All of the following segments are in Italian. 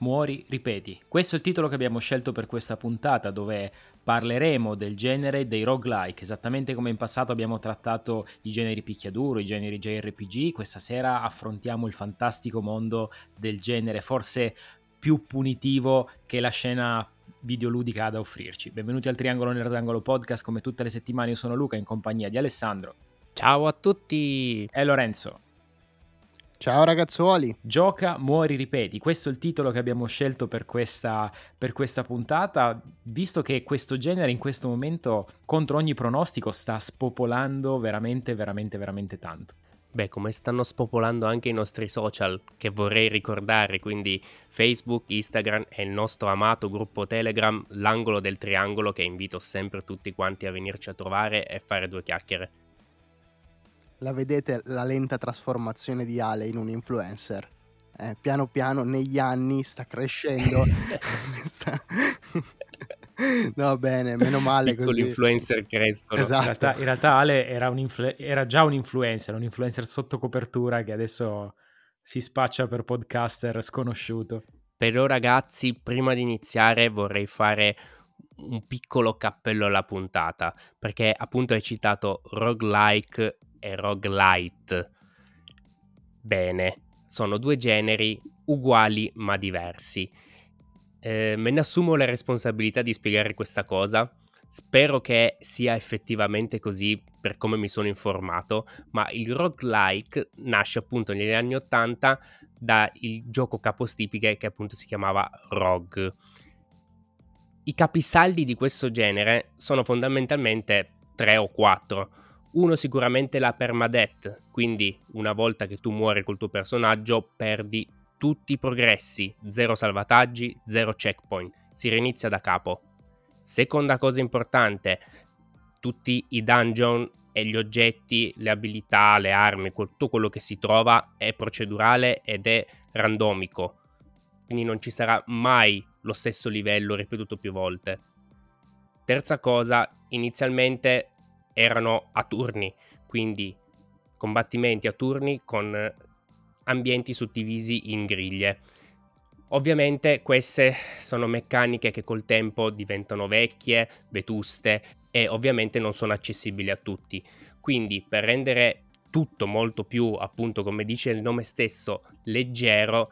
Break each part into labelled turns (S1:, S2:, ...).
S1: muori, ripeti. Questo è il titolo che abbiamo scelto per questa puntata, dove parleremo del genere dei roguelike, esattamente come in passato abbiamo trattato i generi picchiaduro, i generi JRPG. Questa sera affrontiamo il fantastico mondo del genere, forse più punitivo che la scena videoludica ha da offrirci. Benvenuti al Triangolo Nerdangolo Podcast, come tutte le settimane io sono Luca in compagnia di Alessandro
S2: Ciao a tutti!
S1: e Lorenzo.
S3: Ciao ragazzuoli!
S1: Gioca, muori, ripeti. Questo è il titolo che abbiamo scelto per questa puntata, visto che questo genere in questo momento, contro ogni pronostico, sta spopolando veramente tanto.
S2: Beh, come stanno spopolando anche i nostri social, che vorrei ricordare, quindi Facebook, Instagram e il nostro amato gruppo Telegram, l'Angolo del Triangolo, che invito sempre tutti quanti a venirci a trovare e fare due chiacchiere.
S3: La vedete la lenta trasformazione di Ale in un influencer? Piano piano negli anni sta crescendo. No, bene, meno male
S2: Piccoli
S3: così.
S2: influencer crescono.
S3: Esatto.
S1: In realtà Ale era già un influencer sotto copertura che adesso si spaccia per podcaster sconosciuto.
S2: Però ragazzi, prima di iniziare vorrei fare un piccolo cappello alla puntata, perché appunto hai citato roguelike e roguelite. Bene, sono due generi uguali ma diversi. Me ne assumo la responsabilità di spiegare questa cosa. Spero che sia effettivamente così per come mi sono informato, ma il roguelike nasce appunto negli anni 80 da il gioco capostipite che appunto si chiamava Rogue. I capisaldi di questo genere sono fondamentalmente 3 o 4. Uno sicuramente la permadeath, quindi una volta che tu muori col tuo personaggio perdi tutti i progressi, 0 salvataggi, 0 checkpoint, si rinizia da capo. Seconda cosa importante, tutti i dungeon e gli oggetti, le abilità, le armi, tutto quello che si trova è procedurale ed è randomico, quindi non ci sarà mai lo stesso livello ripetuto più volte. Terza cosa, inizialmente erano a turni, quindi combattimenti a turni con ambienti suddivisi in griglie. Ovviamente queste sono meccaniche che col tempo diventano vecchie, vetuste e ovviamente non sono accessibili a tutti. Quindi per rendere tutto molto più, appunto, come dice il nome stesso, leggero,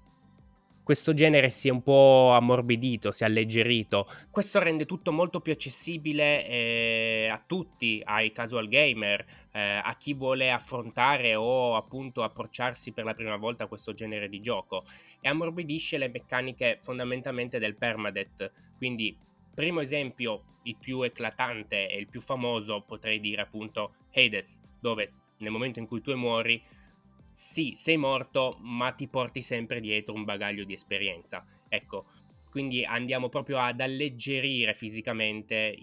S2: questo genere si è un po' ammorbidito, si è alleggerito. Questo rende tutto molto più accessibile a tutti, ai casual gamer, a chi vuole affrontare o appunto approcciarsi per la prima volta a questo genere di gioco, e ammorbidisce le meccaniche fondamentalmente del permadeath. Quindi, primo esempio, il più eclatante e il più famoso, potrei dire appunto Hades, dove nel momento in cui tu muori, sì, sei morto, ma ti porti sempre dietro un bagaglio di esperienza. Ecco, quindi andiamo proprio ad alleggerire fisicamente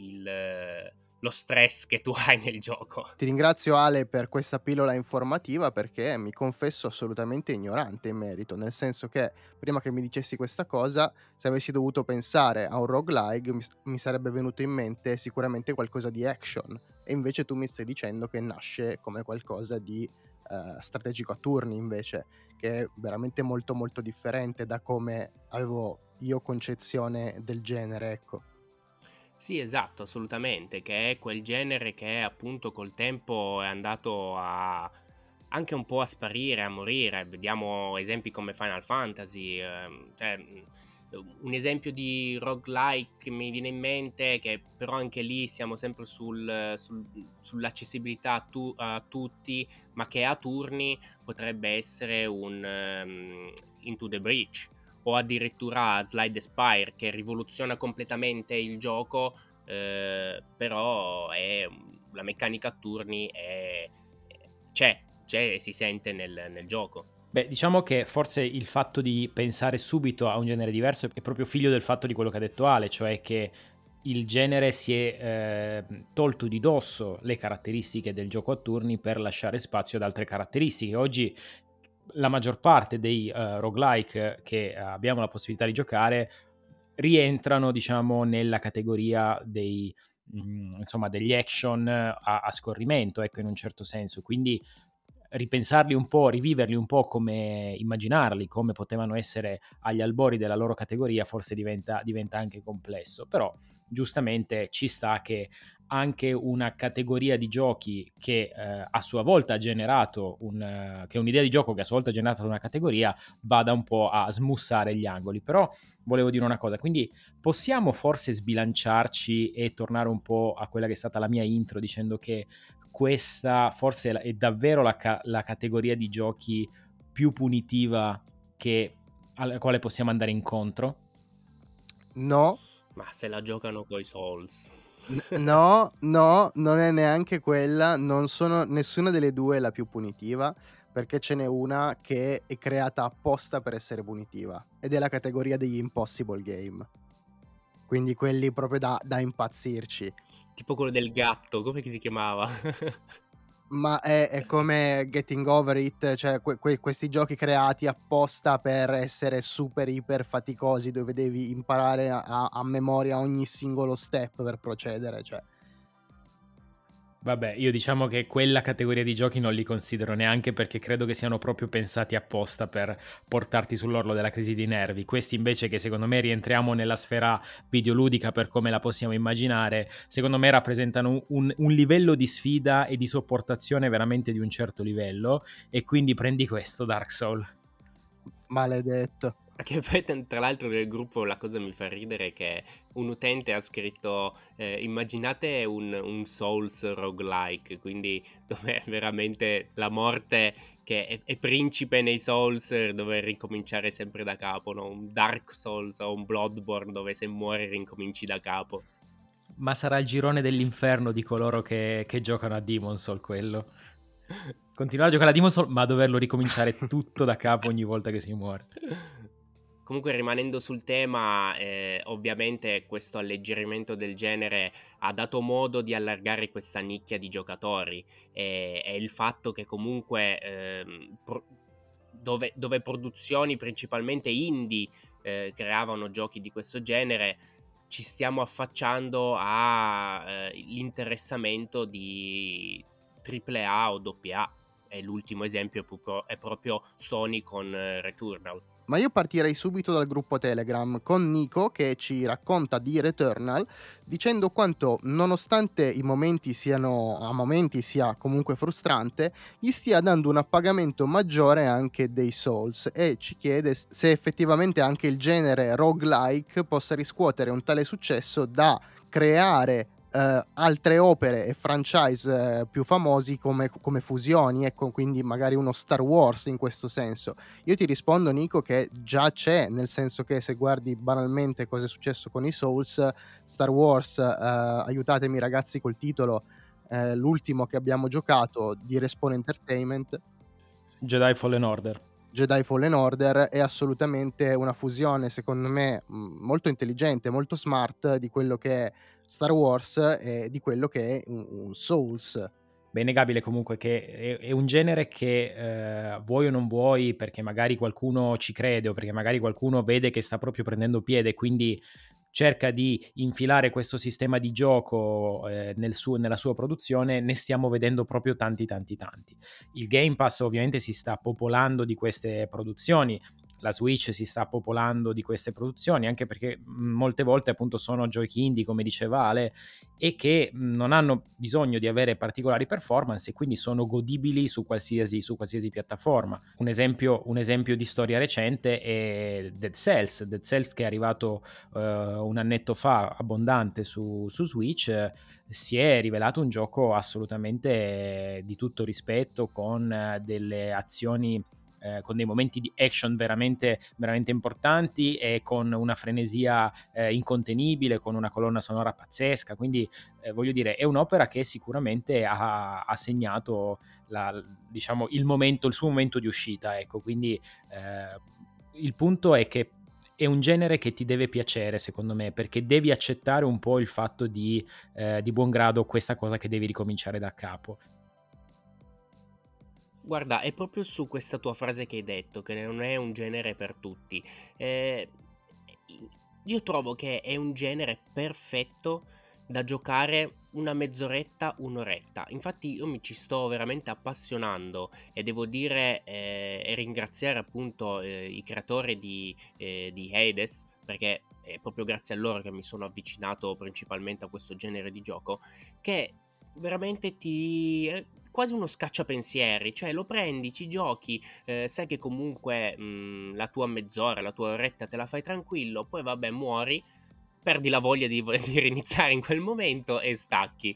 S2: lo stress che tu hai nel gioco.
S3: Ti ringrazio Ale per questa pillola informativa, perché mi confesso assolutamente ignorante in merito, nel senso che prima che mi dicessi questa cosa, se avessi dovuto pensare a un roguelike mi sarebbe venuto in mente sicuramente qualcosa di action, e invece tu mi stai dicendo che nasce come qualcosa di strategico a turni, invece, che è veramente molto molto differente da come avevo io concezione del genere, ecco.
S2: Sì, esatto, assolutamente, che è quel genere che appunto col tempo è andato a anche un po' a sparire, a morire. Vediamo esempi come Final Fantasy, un esempio di roguelike che mi viene in mente, che però anche lì siamo sempre sull'accessibilità a tutti, ma che a turni potrebbe essere un Into the Breach, o addirittura Slide Spire, che rivoluziona completamente il gioco, però la meccanica a turni c'è e si sente nel gioco.
S1: Beh, diciamo che forse il fatto di pensare subito a un genere diverso è proprio figlio del fatto di quello che ha detto Ale, cioè che il genere si è tolto di dosso le caratteristiche del gioco a turni per lasciare spazio ad altre caratteristiche. Oggi la maggior parte dei roguelike che abbiamo la possibilità di giocare rientrano, diciamo, nella categoria insomma, degli action a scorrimento, ecco, in un certo senso. Quindi ripensarli un po', riviverli un po', come immaginarli, come potevano essere agli albori della loro categoria, forse diventa anche complesso. Però giustamente ci sta che anche una categoria di giochi che a sua volta ha generato che è un'idea di gioco che a sua volta ha generato una categoria, vada un po' a smussare gli angoli. Però volevo dire una cosa, quindi possiamo forse sbilanciarci e tornare un po' a quella che è stata la mia intro, dicendo che questa forse è davvero la categoria di giochi più punitiva alla quale possiamo andare incontro?
S3: No,
S2: Ma se la giocano coi Souls.
S3: no, no, non è neanche quella, non sono nessuna delle 2 la più punitiva, perché ce n'è una che è creata apposta per essere punitiva, ed è la categoria degli impossible game. Quindi quelli proprio da impazzirci.
S2: Tipo quello del gatto, come che si chiamava?
S3: Ma è come Getting Over It, cioè questi giochi creati apposta per essere super iper faticosi, dove devi imparare a memoria ogni singolo step per procedere, cioè.
S1: Vabbè, io diciamo che quella categoria di giochi non li considero neanche, perché credo che siano proprio pensati apposta per portarti sull'orlo della crisi di nervi. Questi invece, che secondo me rientriamo nella sfera videoludica per come la possiamo immaginare, secondo me rappresentano un livello di sfida e di sopportazione veramente di un certo livello, e quindi prendi questo, Dark Soul.
S2: Che
S3: Maledetto.
S2: poi tra l'altro nel gruppo la cosa mi fa ridere che un utente ha scritto immaginate un Souls roguelike, quindi dove veramente la morte che è principe nei Souls, dove ricominciare sempre da capo, no? Un Dark Souls o un Bloodborne dove se muori rincominci da capo.
S1: Ma sarà il girone dell'inferno di coloro che giocano a Demon's Soul quello. Continuare a giocare a Demon's Soul, ma doverlo ricominciare tutto da capo ogni volta che si muore.
S2: Comunque rimanendo sul tema, ovviamente questo alleggerimento del genere ha dato modo di allargare questa nicchia di giocatori, e il fatto che comunque dove produzioni principalmente indie creavano giochi di questo genere, ci stiamo affacciando all'interessamento di AAA o AA, e l'ultimo esempio è proprio Sony con Returnal.
S3: Ma io partirei subito dal gruppo Telegram con Nico che ci racconta di Returnal, dicendo quanto, nonostante a momenti sia comunque frustrante, gli stia dando un appagamento maggiore anche dei Souls, e ci chiede se effettivamente anche il genere roguelike possa riscuotere un tale successo da creare altre opere e franchise più famosi come fusioni, ecco, quindi magari uno Star Wars in questo senso. Io ti rispondo, Nico, che già c'è, nel senso che se guardi banalmente cosa è successo con i Souls, Star Wars, aiutatemi ragazzi col titolo, l'ultimo che abbiamo giocato di Respawn Entertainment,
S1: Jedi Fallen Order.
S3: Jedi Fallen Order, è assolutamente una fusione, secondo me, molto intelligente, molto smart di quello che è Star Wars e di quello che è un Souls.
S1: Beh, è innegabile comunque che è un genere che, vuoi o non vuoi, perché magari qualcuno ci crede o perché magari qualcuno vede che sta proprio prendendo piede e quindi cerca di infilare questo sistema di gioco, nella sua produzione, ne stiamo vedendo proprio tanti, tanti, tanti. Il Game Pass ovviamente si sta popolando di queste produzioni, la Switch si sta popolando di queste produzioni, anche perché molte volte appunto sono giochi indie, come diceva Ale, e che non hanno bisogno di avere particolari performance e quindi sono godibili su qualsiasi piattaforma. Un esempio di storia recente è Dead Cells, che è arrivato un annetto fa abbondante su Switch. Si è rivelato un gioco assolutamente di tutto rispetto, con delle azioni, con dei momenti di action veramente, veramente importanti, e con una frenesia incontenibile, con una colonna sonora pazzesca. Quindi voglio dire, è un'opera che sicuramente ha segnato diciamo, il suo momento di uscita, ecco. Quindi il punto è che è un genere che ti deve piacere, secondo me, perché devi accettare un po' il fatto di buon grado questa cosa che devi ricominciare da capo.
S2: Guarda, è proprio su questa tua frase che hai detto, che non è un genere per tutti. Eh, io trovo che è un genere perfetto da giocare una mezz'oretta, un'oretta. Infatti io mi ci sto veramente appassionando e devo dire e ringraziare appunto i creatori di Hades, perché è proprio grazie a loro che mi sono avvicinato principalmente a questo genere di gioco, che veramente ti... è quasi uno scacciapensieri, cioè lo prendi, ci giochi, sai che comunque la tua mezz'ora, la tua oretta te la fai tranquillo, poi vabbè muori, perdi la voglia di riniziare in quel momento e stacchi.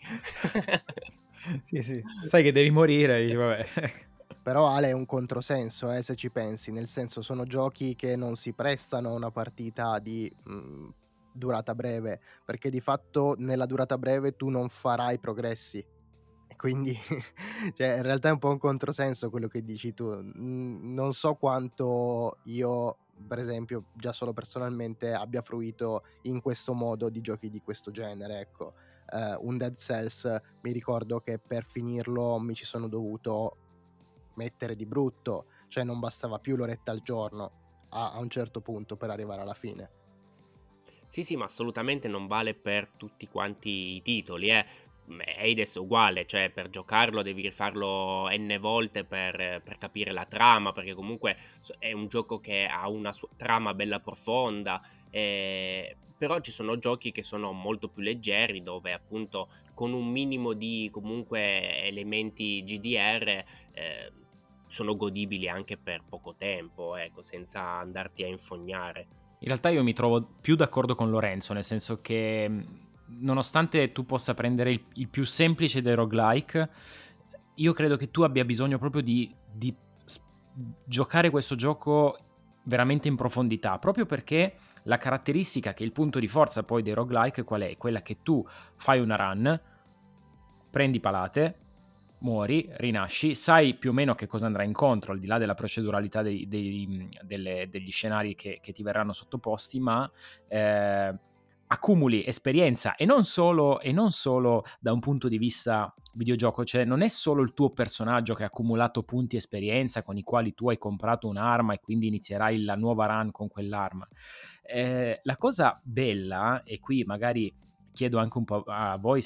S1: Sì, sì. Sai che devi morire, dici, vabbè.
S3: Però Ale è un controsenso, se ci pensi, nel senso sono giochi che non si prestano a una partita di durata breve, perché di fatto nella durata breve tu non farai progressi. E quindi cioè in realtà è un po' un controsenso quello che dici tu. Non so quanto io, per esempio, già solo personalmente abbia fruito in questo modo di giochi di questo genere, ecco. Un Dead Cells mi ricordo che per finirlo mi ci sono dovuto mettere di brutto, cioè non bastava più l'oretta al giorno a un certo punto per arrivare alla fine.
S2: Sì, sì, ma assolutamente non vale per tutti quanti i titoli, eh. Hades è uguale, cioè per giocarlo devi rifarlo n volte per capire la trama, perché comunque è un gioco che ha una sua trama bella profonda, però ci sono giochi che sono molto più leggeri, dove appunto con un minimo di comunque elementi GDR sono godibili anche per poco tempo, ecco, senza andarti a infognare.
S1: In realtà io mi trovo più d'accordo con Lorenzo, nel senso che nonostante tu possa prendere il più semplice dei roguelike, io credo che tu abbia bisogno proprio di giocare questo gioco veramente in profondità, proprio perché la caratteristica che è il punto di forza poi dei roguelike qual è? Quella che tu fai una run, prendi palate, muori, rinasci, sai più o meno che cosa andrà incontro, al di là della proceduralità degli scenari che ti verranno sottoposti, ma accumuli esperienza e non solo da un punto di vista videogioco, cioè non è solo il tuo personaggio che ha accumulato punti esperienza con i quali tu hai comprato un'arma e quindi inizierai la nuova run con quell'arma. La cosa bella, e qui magari chiedo anche un po' a voi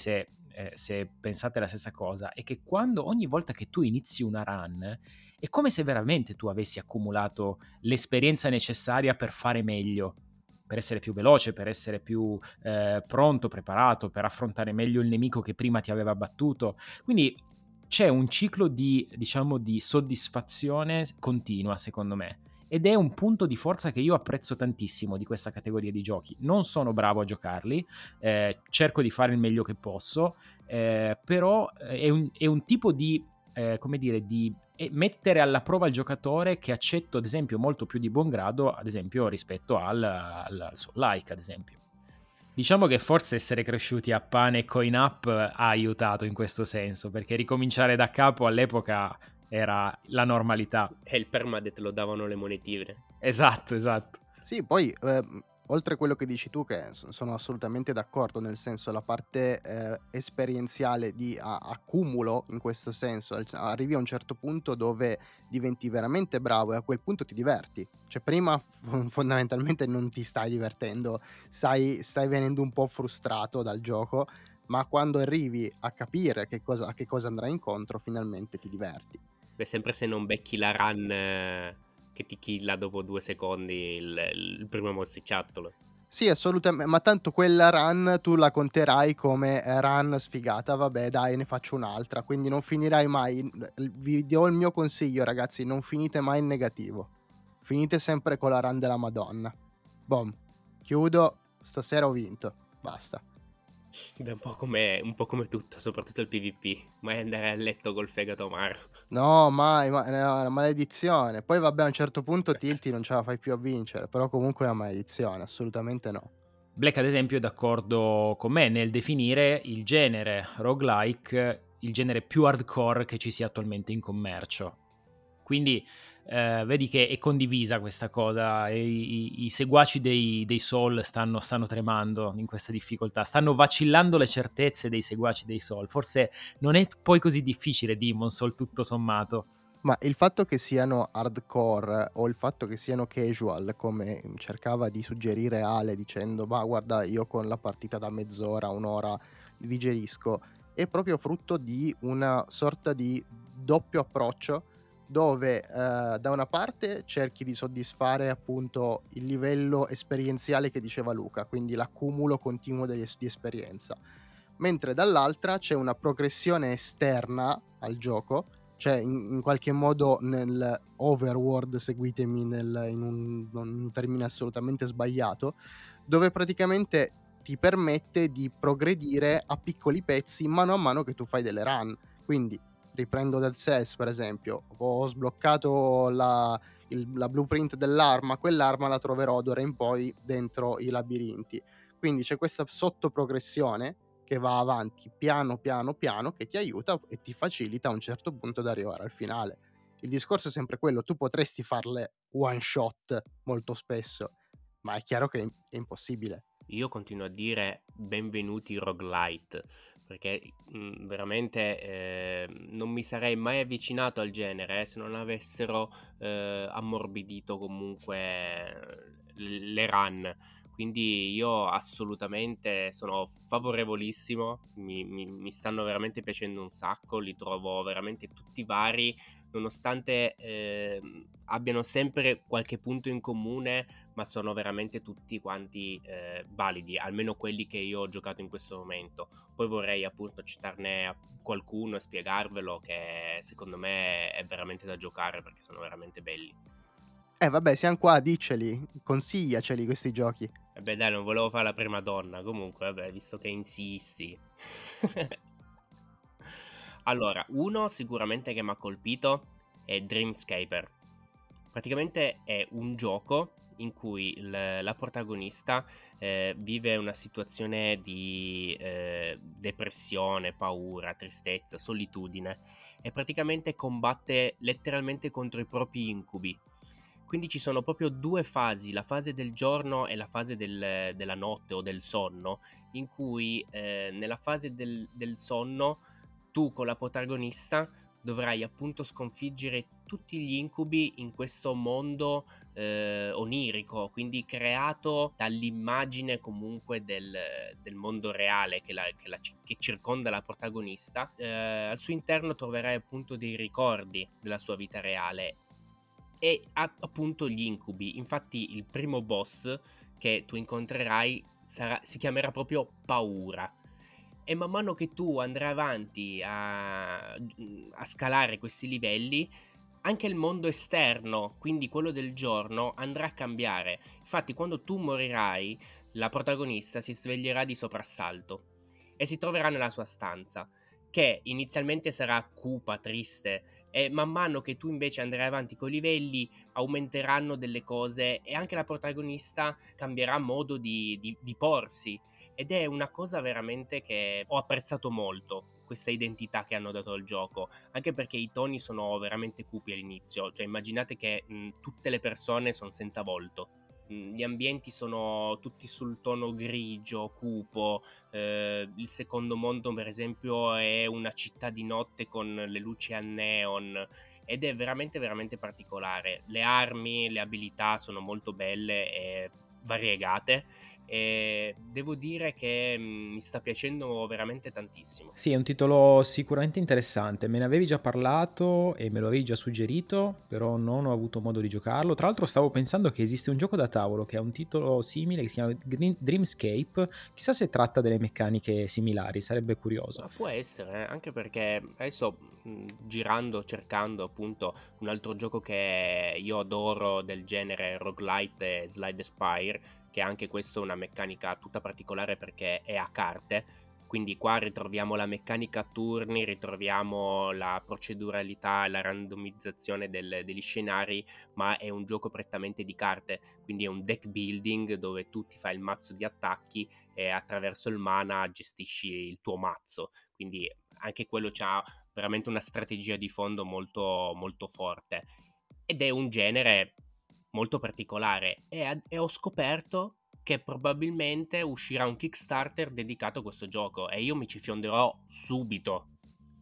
S1: se pensate la stessa cosa, è che ogni volta che tu inizi una run è come se veramente tu avessi accumulato l'esperienza necessaria per fare meglio, per essere più veloce, per essere più pronto, preparato, per affrontare meglio il nemico che prima ti aveva battuto. Quindi c'è un ciclo diciamo, di soddisfazione continua, secondo me. Ed è un punto di forza che io apprezzo tantissimo di questa categoria di giochi. Non sono bravo a giocarli, cerco di fare il meglio che posso, però è un tipo di, come dire, di mettere alla prova il giocatore che accetto, ad esempio, molto più di buon grado, ad esempio, rispetto al Soul-like, ad esempio. Diciamo che forse essere cresciuti a pane e coin-up ha aiutato in questo senso, perché ricominciare da capo all'epoca era la normalità.
S2: E il permadeath lo davano le monetine.
S1: Esatto, esatto.
S3: Sì, poi oltre a quello che dici tu, che sono assolutamente d'accordo, nel senso la parte esperienziale di accumulo, in questo senso, arrivi a un certo punto dove diventi veramente bravo e a quel punto ti diverti. Cioè prima fondamentalmente non ti stai divertendo, stai venendo un po' frustrato dal gioco, ma quando arrivi a capire a che cosa andrà incontro, finalmente ti diverti.
S2: Beh, sempre se non becchi la run che ti killa dopo 2 secondi il primo mostriciattolo.
S3: Sì, ma tanto quella run tu la conterai come run sfigata, vabbè dai ne faccio un'altra, quindi non finirai mai, vi do il mio consiglio ragazzi, non finite mai in negativo, finite sempre con la run della Madonna. Boom, chiudo, stasera ho vinto, basta.
S2: Beh, un po' come tutto, soprattutto il PvP. Mai andare a letto col fegato amaro.
S3: No, mai, no, è una maledizione. Poi vabbè a un certo punto tilti non ce la fai più a vincere, però comunque è una maledizione, assolutamente no.
S1: Black, ad esempio, è d'accordo con me nel definire il genere roguelike il genere più hardcore che ci sia attualmente in commercio. Quindi vedi che è condivisa questa cosa, e i seguaci dei Soul stanno tremando in questa difficoltà, stanno vacillando le certezze dei seguaci dei Soul. Forse non è poi così difficile Demon Soul tutto sommato.
S3: Ma il fatto che siano hardcore o il fatto che siano casual, come cercava di suggerire Ale dicendo: "Ma guarda, io con la partita da mezz'ora, 1 ora li digerisco", è proprio frutto di una sorta di doppio approccio dove, da una parte cerchi di soddisfare appunto il livello esperienziale che diceva Luca, quindi l'accumulo continuo di esperienza, mentre dall'altra c'è una progressione esterna al gioco, cioè in qualche modo nel overworld, seguitemi in un termine assolutamente sbagliato, dove praticamente ti permette di progredire a piccoli pezzi mano a mano che tu fai delle run. Quindi, riprendo Dead Cells per esempio, ho sbloccato la blueprint dell'arma, quell'arma la troverò d'ora in poi dentro i labirinti. Quindi c'è questa sottoprogressione che va avanti piano, piano, piano, che ti aiuta e ti facilita a un certo punto ad arrivare al finale. Il discorso è sempre quello: tu potresti farle one shot molto spesso, ma è chiaro che è impossibile.
S2: Io continuo a dire benvenuti roguelite, perché veramente non mi sarei mai avvicinato al genere se non avessero ammorbidito comunque le run. Quindi io assolutamente sono favorevolissimo, mi stanno veramente piacendo un sacco, li trovo veramente tutti vari, nonostante abbiano sempre qualche punto in comune, ma sono veramente tutti quanti validi, almeno quelli che io ho giocato in questo momento. Poi vorrei appunto citarne qualcuno e spiegarvelo, che secondo me è veramente da giocare perché sono veramente belli.
S3: Vabbè, siam qua, dicceli, consigliaceli questi giochi.
S2: E beh dai, non volevo fare la prima donna, comunque vabbè, visto che insisti. Allora, uno sicuramente che mi ha colpito è Dreamscaper. Praticamente è un gioco in cui la protagonista vive una situazione di depressione, paura, tristezza, solitudine e praticamente combatte letteralmente contro i propri incubi. Quindi ci sono proprio due fasi, la fase del giorno e la fase della notte o del sonno, in cui nella fase del sonno tu con la protagonista dovrai appunto sconfiggere tutti gli incubi in questo mondo onirico, quindi creato dall'immagine comunque del mondo reale che circonda la protagonista. Al suo interno troverai appunto dei ricordi della sua vita reale e appunto gli incubi. Infatti il primo boss che tu incontrerai si chiamerà proprio Paura. E man mano che tu andrai avanti a scalare questi livelli, anche il mondo esterno, quindi quello del giorno, andrà a cambiare. Infatti, quando tu morirai, la protagonista si sveglierà di soprassalto e si troverà nella sua stanza, che inizialmente sarà cupa, triste, e man mano che tu invece andrai avanti con i livelli, aumenteranno delle cose e anche la protagonista cambierà modo di porsi. Ed è una cosa veramente che ho apprezzato molto, questa identità che hanno dato al gioco, anche perché i toni sono veramente cupi all'inizio, cioè immaginate che tutte le persone sono senza volto. Gli ambienti sono tutti sul tono grigio, cupo, il secondo mondo per esempio è una città di notte con le luci a neon ed è veramente veramente particolare. Le armi, le abilità sono molto belle e variegate e devo dire che mi sta piacendo veramente tantissimo.
S1: Sì, è un titolo sicuramente interessante. Me ne avevi già parlato e me lo avevi già suggerito, però non ho avuto modo di giocarlo. Tra l'altro stavo pensando che esiste un gioco da tavolo che ha un titolo simile, che si chiama Dreamscape. Chissà se tratta delle meccaniche similari, sarebbe curioso.
S2: Ma può essere, anche perché adesso girando, cercando appunto un altro gioco che io adoro del genere roguelite è Slide Spire, che anche questo è una meccanica tutta particolare perché è a carte, quindi qua ritroviamo la meccanica a turni, ritroviamo la proceduralità e la randomizzazione degli scenari, ma è un gioco prettamente di carte, quindi è un deck building dove tu ti fai il mazzo di attacchi e attraverso il mana gestisci il tuo mazzo, quindi anche quello c'ha veramente una strategia di fondo molto, molto forte ed è un genere molto particolare e ho scoperto che probabilmente uscirà un Kickstarter dedicato a questo gioco e io mi ci fionderò subito.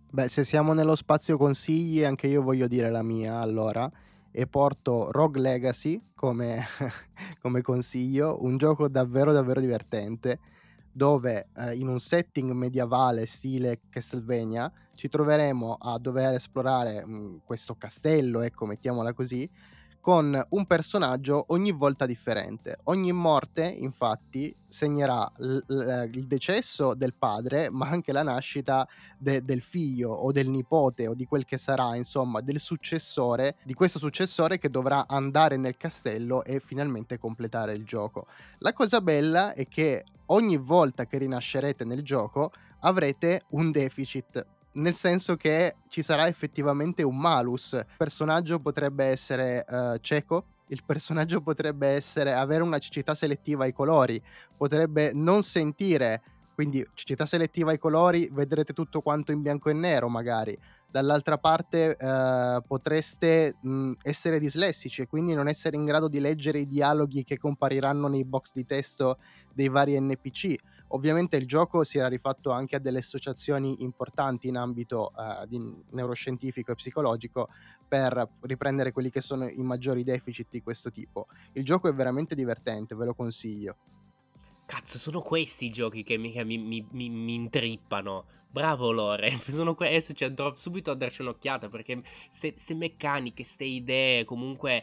S3: Beh, se siamo nello spazio consigli, anche io voglio dire la mia allora, e porto Rogue Legacy come come consiglio, un gioco davvero, davvero divertente, dove, in un setting medievale stile Castlevania, ci troveremo a dover esplorare, questo castello, ecco, mettiamola così, con un personaggio ogni volta differente. Ogni morte, infatti, segnerà il decesso del padre, ma anche la nascita del figlio o del nipote o di quel che sarà, insomma, del successore, di questo successore che dovrà andare nel castello e finalmente completare il gioco. La cosa bella è che ogni volta che rinascerete nel gioco avrete un deficit, nel senso che ci sarà effettivamente un malus. Il personaggio potrebbe essere, cieco, il personaggio potrebbe avere una cecità selettiva ai colori, potrebbe non sentire, quindi cecità selettiva ai colori, vedrete tutto quanto in bianco e nero magari. Dall'altra parte, potreste, essere dislessici e quindi non essere in grado di leggere i dialoghi che compariranno nei box di testo dei vari NPC. Ovviamente il gioco si era rifatto anche a delle associazioni importanti in ambito, di neuroscientifico e psicologico per riprendere quelli che sono i maggiori deficit di questo tipo. Il gioco è veramente divertente, ve lo consiglio.
S2: Cazzo, sono questi i giochi che mi intrippano. Bravo Lore, sono adesso ci andrò subito a darci un'occhiata perché ste meccaniche, ste idee comunque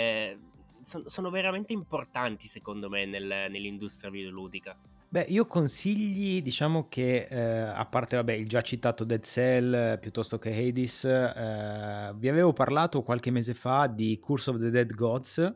S2: sono veramente importanti secondo me nell'industria videoludica.
S1: Beh, io consigli, diciamo che a parte vabbè, il già citato Dead Cell piuttosto che Hades, vi avevo parlato qualche mese fa di Curse of the Dead Gods,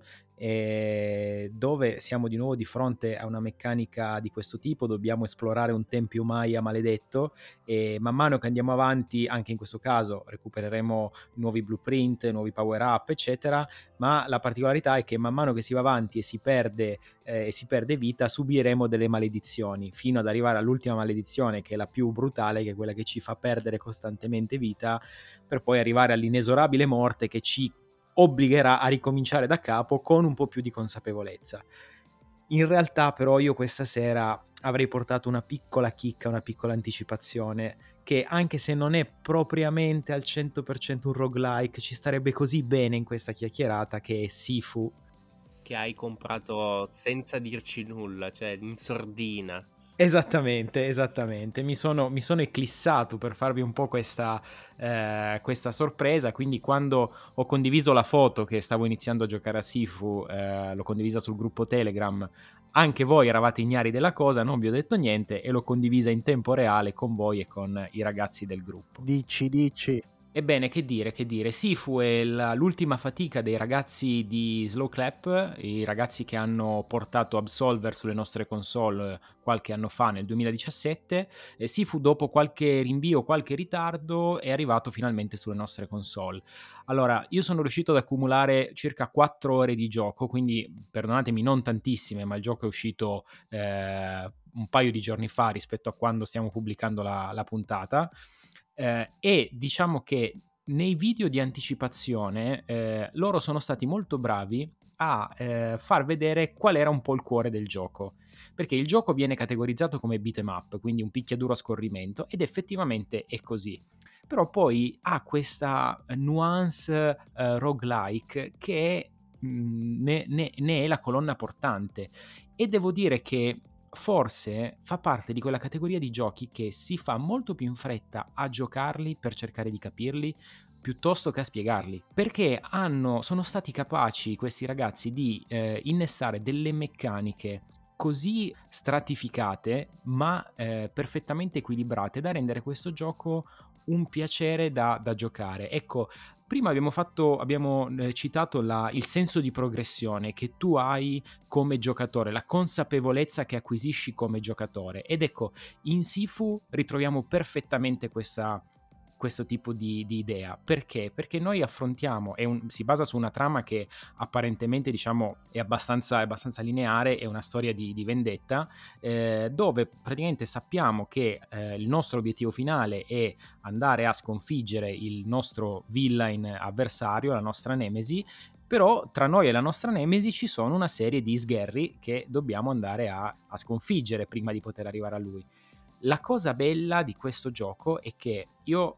S1: dove siamo di nuovo di fronte a una meccanica di questo tipo, dobbiamo esplorare un tempio Maya maledetto e man mano che andiamo avanti, anche in questo caso recupereremo nuovi blueprint, nuovi power up, eccetera, ma la particolarità è che man mano che si va avanti e si perde vita, subiremo delle maledizioni, fino ad arrivare all'ultima maledizione, che è la più brutale, che è quella che ci fa perdere costantemente vita, per poi arrivare all'inesorabile morte che ci obbligherà a ricominciare da capo con un po' più di consapevolezza. In realtà però io questa sera avrei portato una piccola chicca, una piccola anticipazione, che anche se non è propriamente al 100% un roguelike, ci starebbe così bene in questa chiacchierata, che è Sifu.
S2: Che hai comprato senza dirci nulla, cioè in sordina.
S1: Esattamente, esattamente. Mi sono eclissato per farvi un po' questa sorpresa, quindi quando ho condiviso la foto che stavo iniziando a giocare a Sifu, l'ho condivisa sul gruppo Telegram, anche voi eravate ignari della cosa, non vi ho detto niente e l'ho condivisa in tempo reale con voi e con i ragazzi del gruppo.
S3: Dici, dici.
S1: Ebbene, che dire, Sifu è l'ultima fatica dei ragazzi di Slow Clap, i ragazzi che hanno portato Absolver sulle nostre console qualche anno fa, nel 2017, e Sifu dopo qualche rinvio, qualche ritardo, è arrivato finalmente sulle nostre console. Allora, io sono riuscito ad accumulare circa 4 ore di gioco, quindi perdonatemi, non tantissime, ma il gioco è uscito un paio di giorni fa rispetto a quando stiamo pubblicando la puntata. E diciamo che nei video di anticipazione loro sono stati molto bravi a far vedere qual era un po' il cuore del gioco, perché il gioco viene categorizzato come beat'em up, quindi un picchiaduro a scorrimento, ed effettivamente è così. Però poi ha questa nuance roguelike che ne è la colonna portante, e devo dire che forse fa parte di quella categoria di giochi che si fa molto più in fretta a giocarli per cercare di capirli piuttosto che a spiegarli, perché sono stati capaci questi ragazzi di innestare delle meccaniche così stratificate ma perfettamente equilibrate da rendere questo gioco un piacere da giocare. Ecco, prima abbiamo citato il senso di progressione che tu hai come giocatore, la consapevolezza che acquisisci come giocatore, ed ecco, in Sifu ritroviamo perfettamente questo tipo di idea. Perché? Perché noi affrontiamo, si basa su una trama che apparentemente, diciamo, è abbastanza lineare, è una storia di vendetta, dove praticamente sappiamo che il nostro obiettivo finale è andare a sconfiggere il nostro villain avversario, la nostra nemesi, però tra noi e la nostra nemesi ci sono una serie di sgherri che dobbiamo andare a sconfiggere prima di poter arrivare a lui. La cosa bella di questo gioco è che io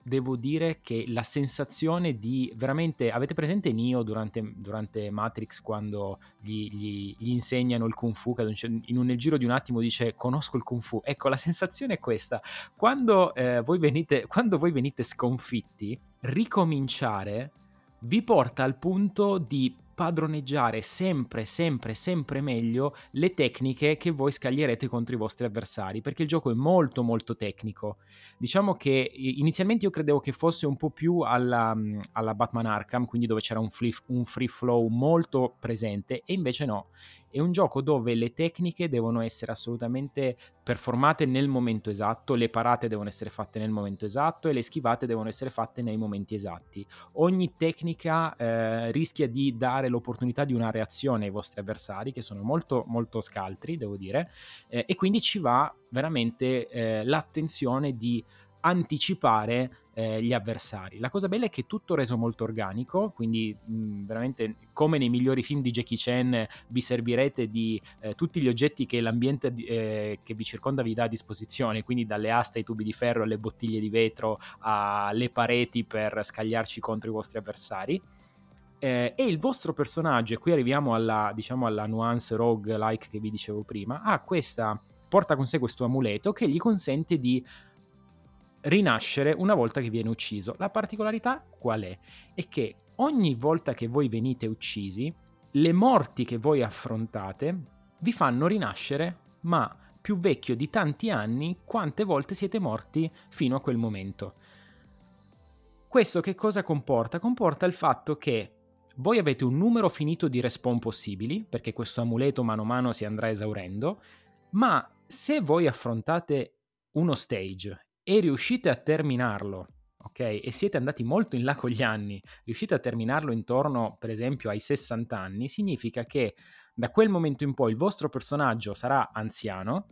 S1: devo dire che la sensazione di veramente, avete presente Neo durante Matrix quando gli insegnano il Kung Fu, che nel giro di un attimo dice conosco il Kung Fu? Ecco, la sensazione è questa. Quando voi venite sconfitti, ricominciare vi porta al punto di padroneggiare sempre, sempre, sempre meglio le tecniche che voi scaglierete contro i vostri avversari, perché il gioco è molto molto tecnico. Diciamo che inizialmente io credevo che fosse un po' più alla Batman Arkham, quindi dove c'era un free flow molto presente, e invece no. È un gioco dove le tecniche devono essere assolutamente performate nel momento esatto, le parate devono essere fatte nel momento esatto e le schivate devono essere fatte nei momenti esatti. Ogni tecnica rischia di dare l'opportunità di una reazione ai vostri avversari, che sono molto molto scaltri, devo dire, e quindi ci va veramente l'attenzione di anticipare gli avversari. La cosa bella è che è tutto reso molto organico, quindi veramente come nei migliori film di Jackie Chan vi servirete di tutti gli oggetti che l'ambiente che vi circonda vi dà a disposizione, quindi dalle aste ai tubi di ferro alle bottiglie di vetro alle pareti per scagliarci contro i vostri avversari. E il vostro personaggio, e qui arriviamo alla nuance roguelike che vi dicevo prima, porta con sé questo amuleto che gli consente di rinascere una volta che viene ucciso. La particolarità qual è? È che ogni volta che voi venite uccisi, le morti che voi affrontate vi fanno rinascere, ma più vecchio di tanti anni quante volte siete morti fino a quel momento. Questo che cosa comporta? Comporta il fatto che voi avete un numero finito di respawn possibili, perché questo amuleto mano a mano si andrà esaurendo, ma se voi affrontate uno stage e riuscite a terminarlo, ok? E siete andati molto in là con gli anni, riuscite a terminarlo intorno, per esempio, ai 60 anni, significa che da quel momento in poi il vostro personaggio sarà anziano,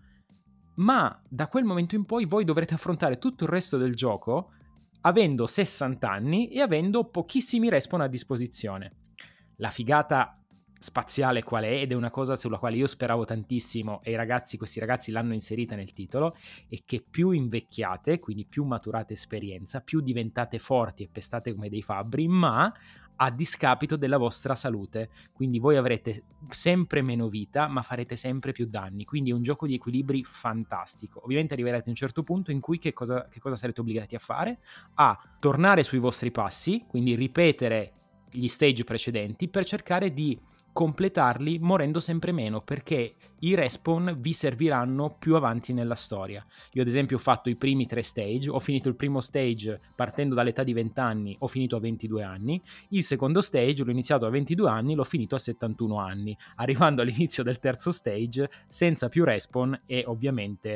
S1: ma da quel momento in poi voi dovrete affrontare tutto il resto del gioco avendo 60 anni e avendo pochissimi respawn a disposizione. La figata spaziale qual è, ed è una cosa sulla quale io speravo tantissimo e questi ragazzi l'hanno inserita nel titolo, è che più invecchiate, quindi più maturate esperienza, più diventate forti e pestate come dei fabbri, ma a discapito della vostra salute. Quindi voi avrete sempre meno vita, ma farete sempre più danni. Quindi è un gioco di equilibri fantastico. Ovviamente arriverete a un certo punto in cui che cosa sarete obbligati a fare? A tornare sui vostri passi, quindi ripetere gli stage precedenti per cercare di completarli morendo sempre meno, perché i respawn vi serviranno più avanti nella storia. Io ad esempio ho fatto i primi 3 stage, ho finito il primo stage partendo dall'età di 20 anni, ho finito a 22 anni, il secondo stage l'ho iniziato a 22 anni, l'ho finito a 71 anni, arrivando all'inizio del terzo stage senza più respawn e ovviamente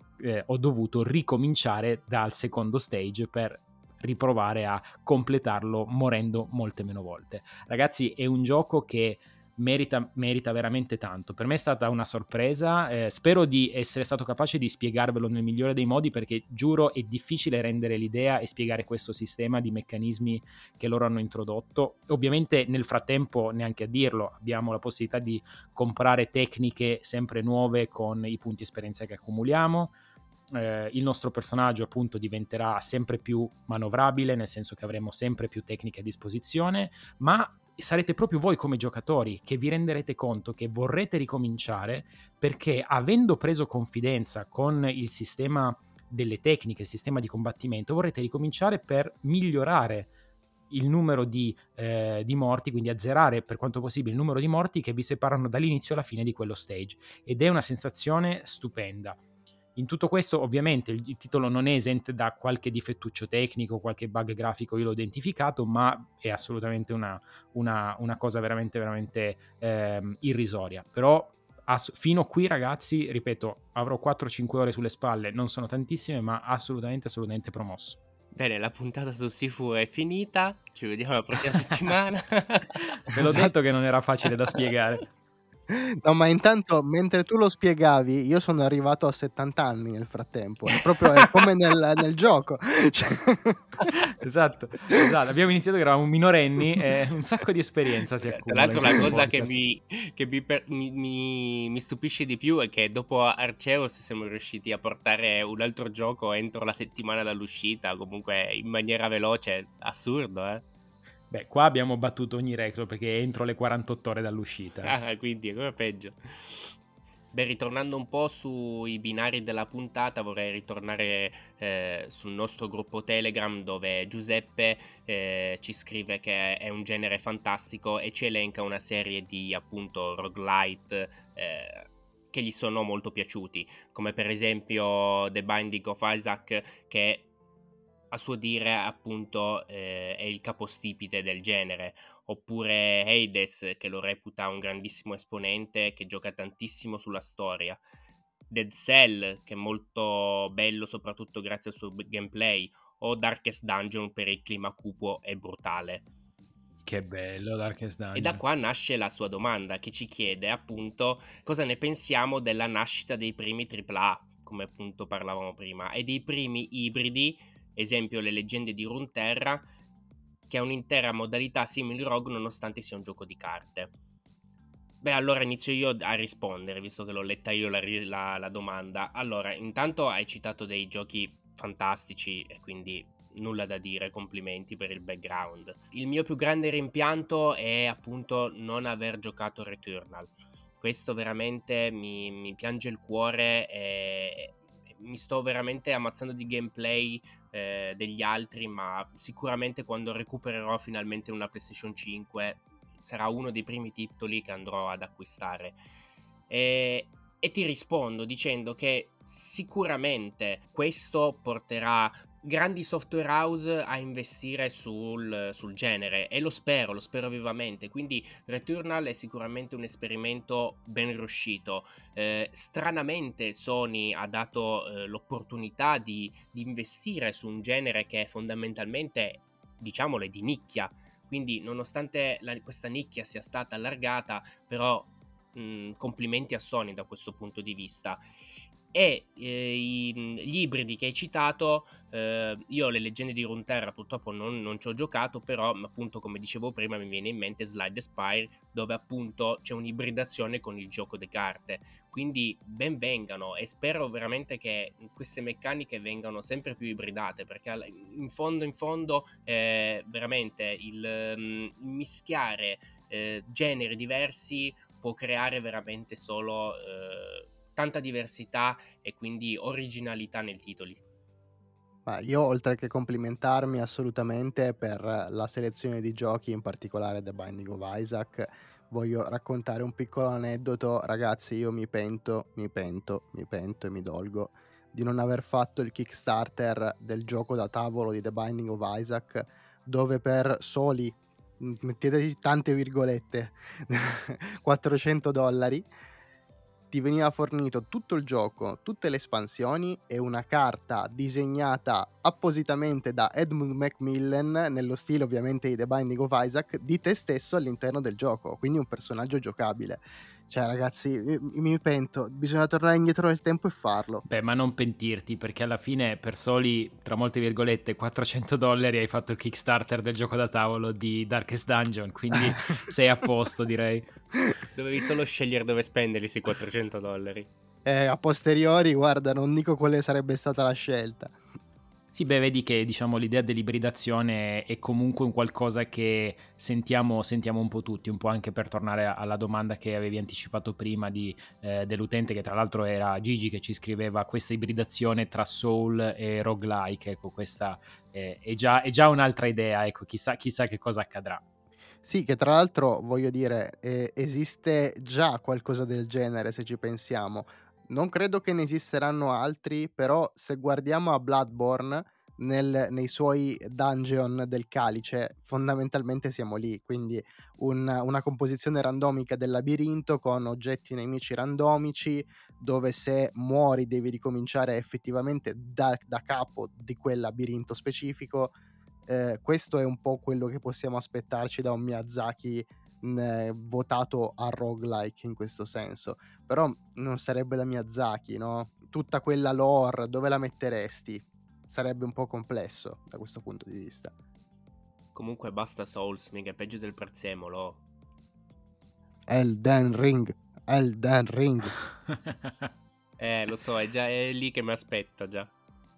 S1: ho dovuto ricominciare dal secondo stage per riprovare a completarlo morendo molte meno volte. Ragazzi, è un gioco che merita veramente tanto. Per me è stata una sorpresa, spero di essere stato capace di spiegarvelo nel migliore dei modi, perché giuro è difficile rendere l'idea e spiegare questo sistema di meccanismi che loro hanno introdotto. Ovviamente nel frattempo, neanche a dirlo, abbiamo la possibilità di comprare tecniche sempre nuove con i punti esperienza che accumuliamo. Il nostro personaggio appunto diventerà sempre più manovrabile, nel senso che avremo sempre più tecniche a disposizione, ma sarete proprio voi come giocatori che vi renderete conto che vorrete ricominciare, perché avendo preso confidenza con il sistema delle tecniche, il sistema di combattimento, vorrete ricominciare per migliorare il numero di morti, quindi azzerare per quanto possibile il numero di morti che vi separano dall'inizio alla fine di quello stage, ed è una sensazione stupenda. In tutto questo ovviamente il titolo non è esente da qualche difettuccio tecnico, qualche bug grafico, io l'ho identificato, ma è assolutamente una cosa veramente veramente irrisoria. Però fino a qui ragazzi, ripeto, avrò 4-5 ore sulle spalle, non sono tantissime, ma assolutamente promosso.
S2: Bene, la puntata su Sifu è finita, ci vediamo la prossima settimana.
S1: Ve l'ho detto che non era facile da spiegare.
S3: No, ma intanto mentre tu lo spiegavi, io sono arrivato a 70 anni nel frattempo. È come nel gioco. Cioè
S1: Esatto, esatto. Abbiamo iniziato che eravamo minorenni e un sacco di esperienza si
S2: Tra
S1: accumula in
S2: l'altro la
S1: questo
S2: cosa
S1: podcast.
S2: mi stupisce di più è che dopo Arceus siamo riusciti a portare un altro gioco entro la settimana dall'uscita, comunque in maniera veloce, assurdo, eh?
S1: Beh, qua abbiamo battuto ogni record perché è entro le 48 ore dall'uscita.
S2: Quindi è ancora peggio. Beh, ritornando un po' sui binari della puntata, vorrei ritornare sul nostro gruppo Telegram dove Giuseppe ci scrive che è un genere fantastico e ci elenca una serie di appunto roguelite che gli sono molto piaciuti, come per esempio The Binding of Isaac, che a suo dire appunto è il capostipite del genere, oppure Hades che lo reputa un grandissimo esponente che gioca tantissimo sulla storia, Dead Cell che è molto bello soprattutto grazie al suo gameplay, o Darkest Dungeon per il clima cupo e brutale.
S1: Che bello Darkest
S2: E da
S1: Dungeon.
S2: qua nasce la sua domanda che ci chiede appunto cosa ne pensiamo della nascita dei primi AAA, come appunto parlavamo prima, e dei primi ibridi, esempio le leggende di Runeterra, che ha un'intera modalità simile Rogue nonostante sia un gioco di carte. Beh, allora inizio io a rispondere, visto che l'ho letta io la domanda. Allora, intanto hai citato dei giochi fantastici e quindi nulla da dire, complimenti per il background. Il mio più grande rimpianto è appunto non aver giocato Returnal. Questo veramente mi piange il cuore e mi sto veramente ammazzando di gameplay degli altri, ma sicuramente quando recupererò finalmente una PlayStation 5 sarà uno dei primi titoli che andrò ad acquistare. E ti rispondo dicendo che sicuramente questo porterà grandi software house a investire sul genere e lo spero vivamente. Quindi Returnal è sicuramente un esperimento ben riuscito. Stranamente Sony ha dato l'opportunità di investire su un genere che è fondamentalmente, diciamolo, di nicchia. Quindi nonostante questa nicchia sia stata allargata, però complimenti a Sony da questo punto di vista. E gli ibridi che hai citato, io le leggende di Runeterra purtroppo non ci ho giocato, però appunto come dicevo prima mi viene in mente Slide Spire, dove appunto c'è un'ibridazione con il gioco di carte, quindi ben vengano e spero veramente che queste meccaniche vengano sempre più ibridate, perché in fondo veramente il mischiare generi diversi può creare veramente solo tanta diversità e quindi originalità nei titoli.
S3: Ma io oltre che complimentarmi assolutamente per la selezione di giochi, in particolare The Binding of Isaac, voglio raccontare un piccolo aneddoto. Ragazzi, io mi pento e mi dolgo di non aver fatto il Kickstarter del gioco da tavolo di The Binding of Isaac, dove per soli, metteteci tante virgolette, $400 ti veniva fornito tutto il gioco, tutte le espansioni e una carta disegnata appositamente da Edmund Macmillan, nello stile ovviamente di The Binding of Isaac, di te stesso all'interno del gioco, quindi un personaggio giocabile. Cioè ragazzi, mi pento, bisogna tornare indietro nel tempo e farlo.
S1: Beh, ma non pentirti, perché alla fine per soli, tra molte virgolette, $400 hai fatto il Kickstarter del gioco da tavolo di Darkest Dungeon, quindi sei a posto, direi.
S2: Dovevi solo scegliere dove spenderli questi $400.
S3: A posteriori, guarda, non dico quale sarebbe stata la scelta.
S1: Sì, beh, vedi che diciamo l'idea dell'ibridazione è comunque un qualcosa che sentiamo un po' tutti, un po' anche per tornare alla domanda che avevi anticipato prima dell'utente, che tra l'altro era Gigi che ci scriveva questa ibridazione tra Soul e roguelike. Ecco, questa è già un'altra idea, ecco, chissà che cosa accadrà.
S3: Sì, che tra l'altro voglio dire, esiste già qualcosa del genere se ci pensiamo. Non credo che ne esisteranno altri, però se guardiamo a Bloodborne nei suoi dungeon del Calice, fondamentalmente siamo lì, quindi una composizione randomica del labirinto con oggetti nemici randomici, dove se muori devi ricominciare effettivamente da capo di quel labirinto specifico. Questo è un po' quello che possiamo aspettarci da un Miyazaki votato a roguelike in questo senso, però non sarebbe da Miyazaki, no? Tutta quella lore, dove la metteresti? Sarebbe un po' complesso da questo punto di vista.
S2: Comunque basta Souls, mica è peggio del prezzemolo.
S3: Elden Ring.
S2: Lo so, è lì che mi aspetta già.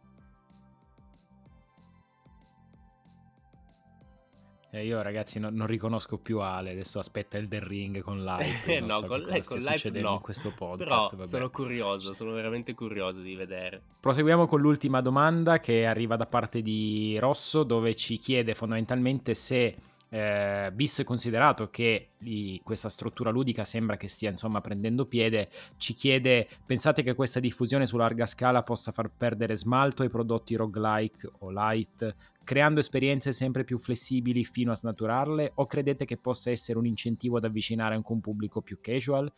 S1: Io ragazzi non riconosco più Ale, adesso aspetta Elden Ring con live, non
S2: No,
S1: so
S2: con
S1: che cosa stia
S2: live
S1: succedendo
S2: no.
S1: in questo podcast.
S2: Però
S1: Vabbè.
S2: sono curioso, sono veramente curioso di vedere.
S1: Proseguiamo con l'ultima domanda che arriva da parte di Rosso, dove ci chiede fondamentalmente se, visto e considerato che questa struttura ludica sembra che stia insomma prendendo piede, ci chiede: pensate che questa diffusione su larga scala possa far perdere smalto ai prodotti roguelike o light, creando esperienze sempre più flessibili fino a snaturarle, o credete che possa essere un incentivo ad avvicinare anche un pubblico più casual?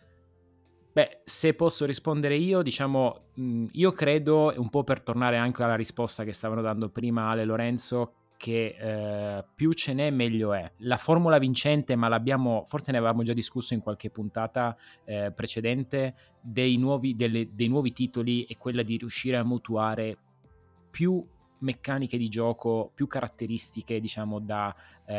S1: Beh, se posso rispondere io, diciamo, io credo, un po' per tornare anche alla risposta che stavano dando prima Ale e Lorenzo, che più ce n'è meglio è. La formula vincente, ma forse ne avevamo già discusso in qualche puntata precedente, dei nuovi titoli, è quella di riuscire a mutuare più meccaniche di gioco, più caratteristiche, diciamo, da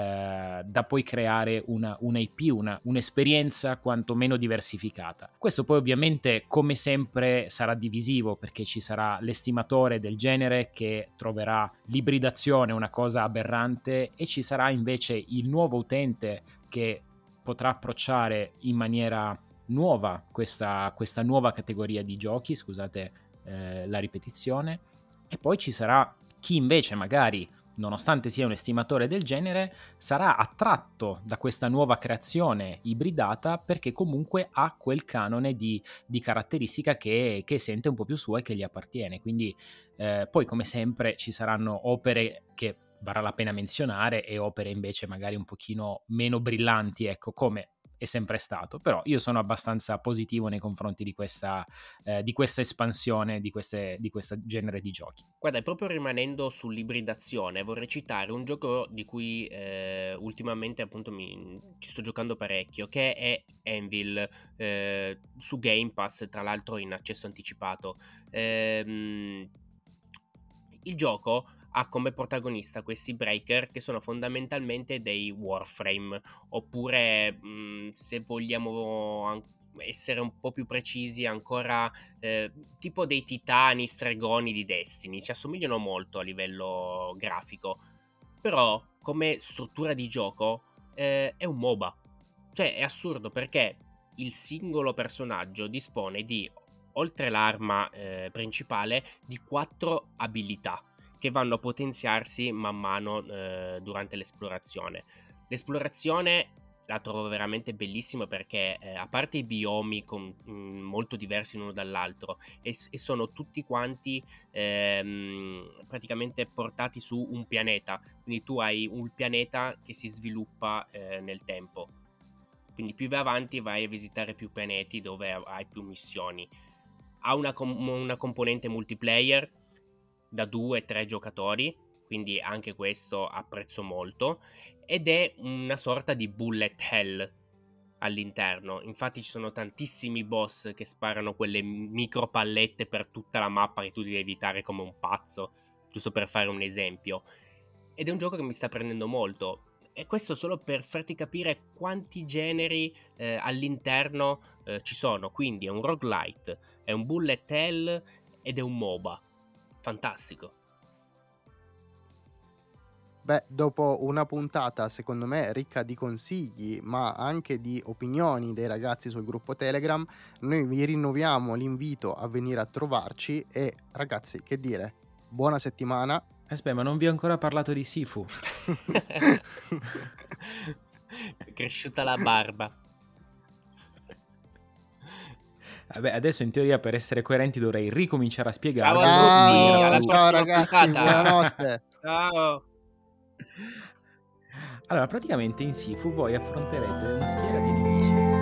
S1: poi creare una IP, un'esperienza quantomeno diversificata. Questo poi ovviamente, come sempre, sarà divisivo, perché ci sarà l'estimatore del genere che troverà l'ibridazione una cosa aberrante, e ci sarà invece il nuovo utente che potrà approcciare in maniera nuova questa nuova categoria di giochi, scusate la ripetizione. E poi ci sarà chi invece magari, nonostante sia un estimatore del genere, sarà attratto da questa nuova creazione ibridata perché comunque ha quel canone di caratteristica che sente un po' più sua e che gli appartiene. Quindi poi, come sempre, ci saranno opere che varrà la pena menzionare e opere invece magari un pochino meno brillanti, ecco, come è sempre stato. Però io sono abbastanza positivo nei confronti di questa espansione di questo genere di giochi.
S2: Guarda, proprio rimanendo sull'ibridazione, vorrei citare un gioco di cui ultimamente appunto ci sto giocando parecchio, che è Anvil, su Game Pass, tra l'altro in accesso anticipato. Il gioco ha come protagonista questi breaker che sono fondamentalmente dei Warframe, oppure se vogliamo essere un po' più precisi ancora tipo dei titani stregoni di Destiny. Ci assomigliano molto a livello grafico, però come struttura di gioco è un MOBA. Cioè è assurdo, perché il singolo personaggio dispone di, oltre l'arma principale, di 4 abilità che vanno a potenziarsi man mano durante l'esplorazione. L'esplorazione la trovo veramente bellissima, perché a parte i biomi molto diversi l'uno dall'altro, e sono tutti quanti praticamente portati su un pianeta, quindi tu hai un pianeta che si sviluppa nel tempo, quindi più vai avanti vai a visitare più pianeti dove hai più missioni. Ha una componente multiplayer da 2-3 giocatori, quindi anche questo apprezzo molto, ed è una sorta di bullet hell all'interno. Infatti ci sono tantissimi boss che sparano quelle micro pallette per tutta la mappa che tu devi evitare come un pazzo, giusto per fare un esempio. Ed è un gioco che mi sta prendendo molto, e questo solo per farti capire quanti generi all'interno ci sono. Quindi è un roguelite, è un bullet hell ed è un MOBA. Fantastico.
S3: Beh, dopo una puntata secondo me ricca di consigli, ma anche di opinioni dei ragazzi sul gruppo Telegram, noi vi rinnoviamo l'invito a venire a trovarci e, ragazzi, che dire, buona settimana.
S1: Aspetta, ma non vi ho ancora parlato di Sifu.
S2: È cresciuta la barba.
S1: Vabbè, adesso in teoria, per essere coerenti, dovrei ricominciare a spiegarlo.
S2: Ciao a tutti, alla
S3: Ciao
S2: prossima
S3: ragazzi,
S2: puntata.
S3: buonanotte.
S2: Ciao.
S1: Allora, praticamente in Sifu voi affronterete una schiera di nemici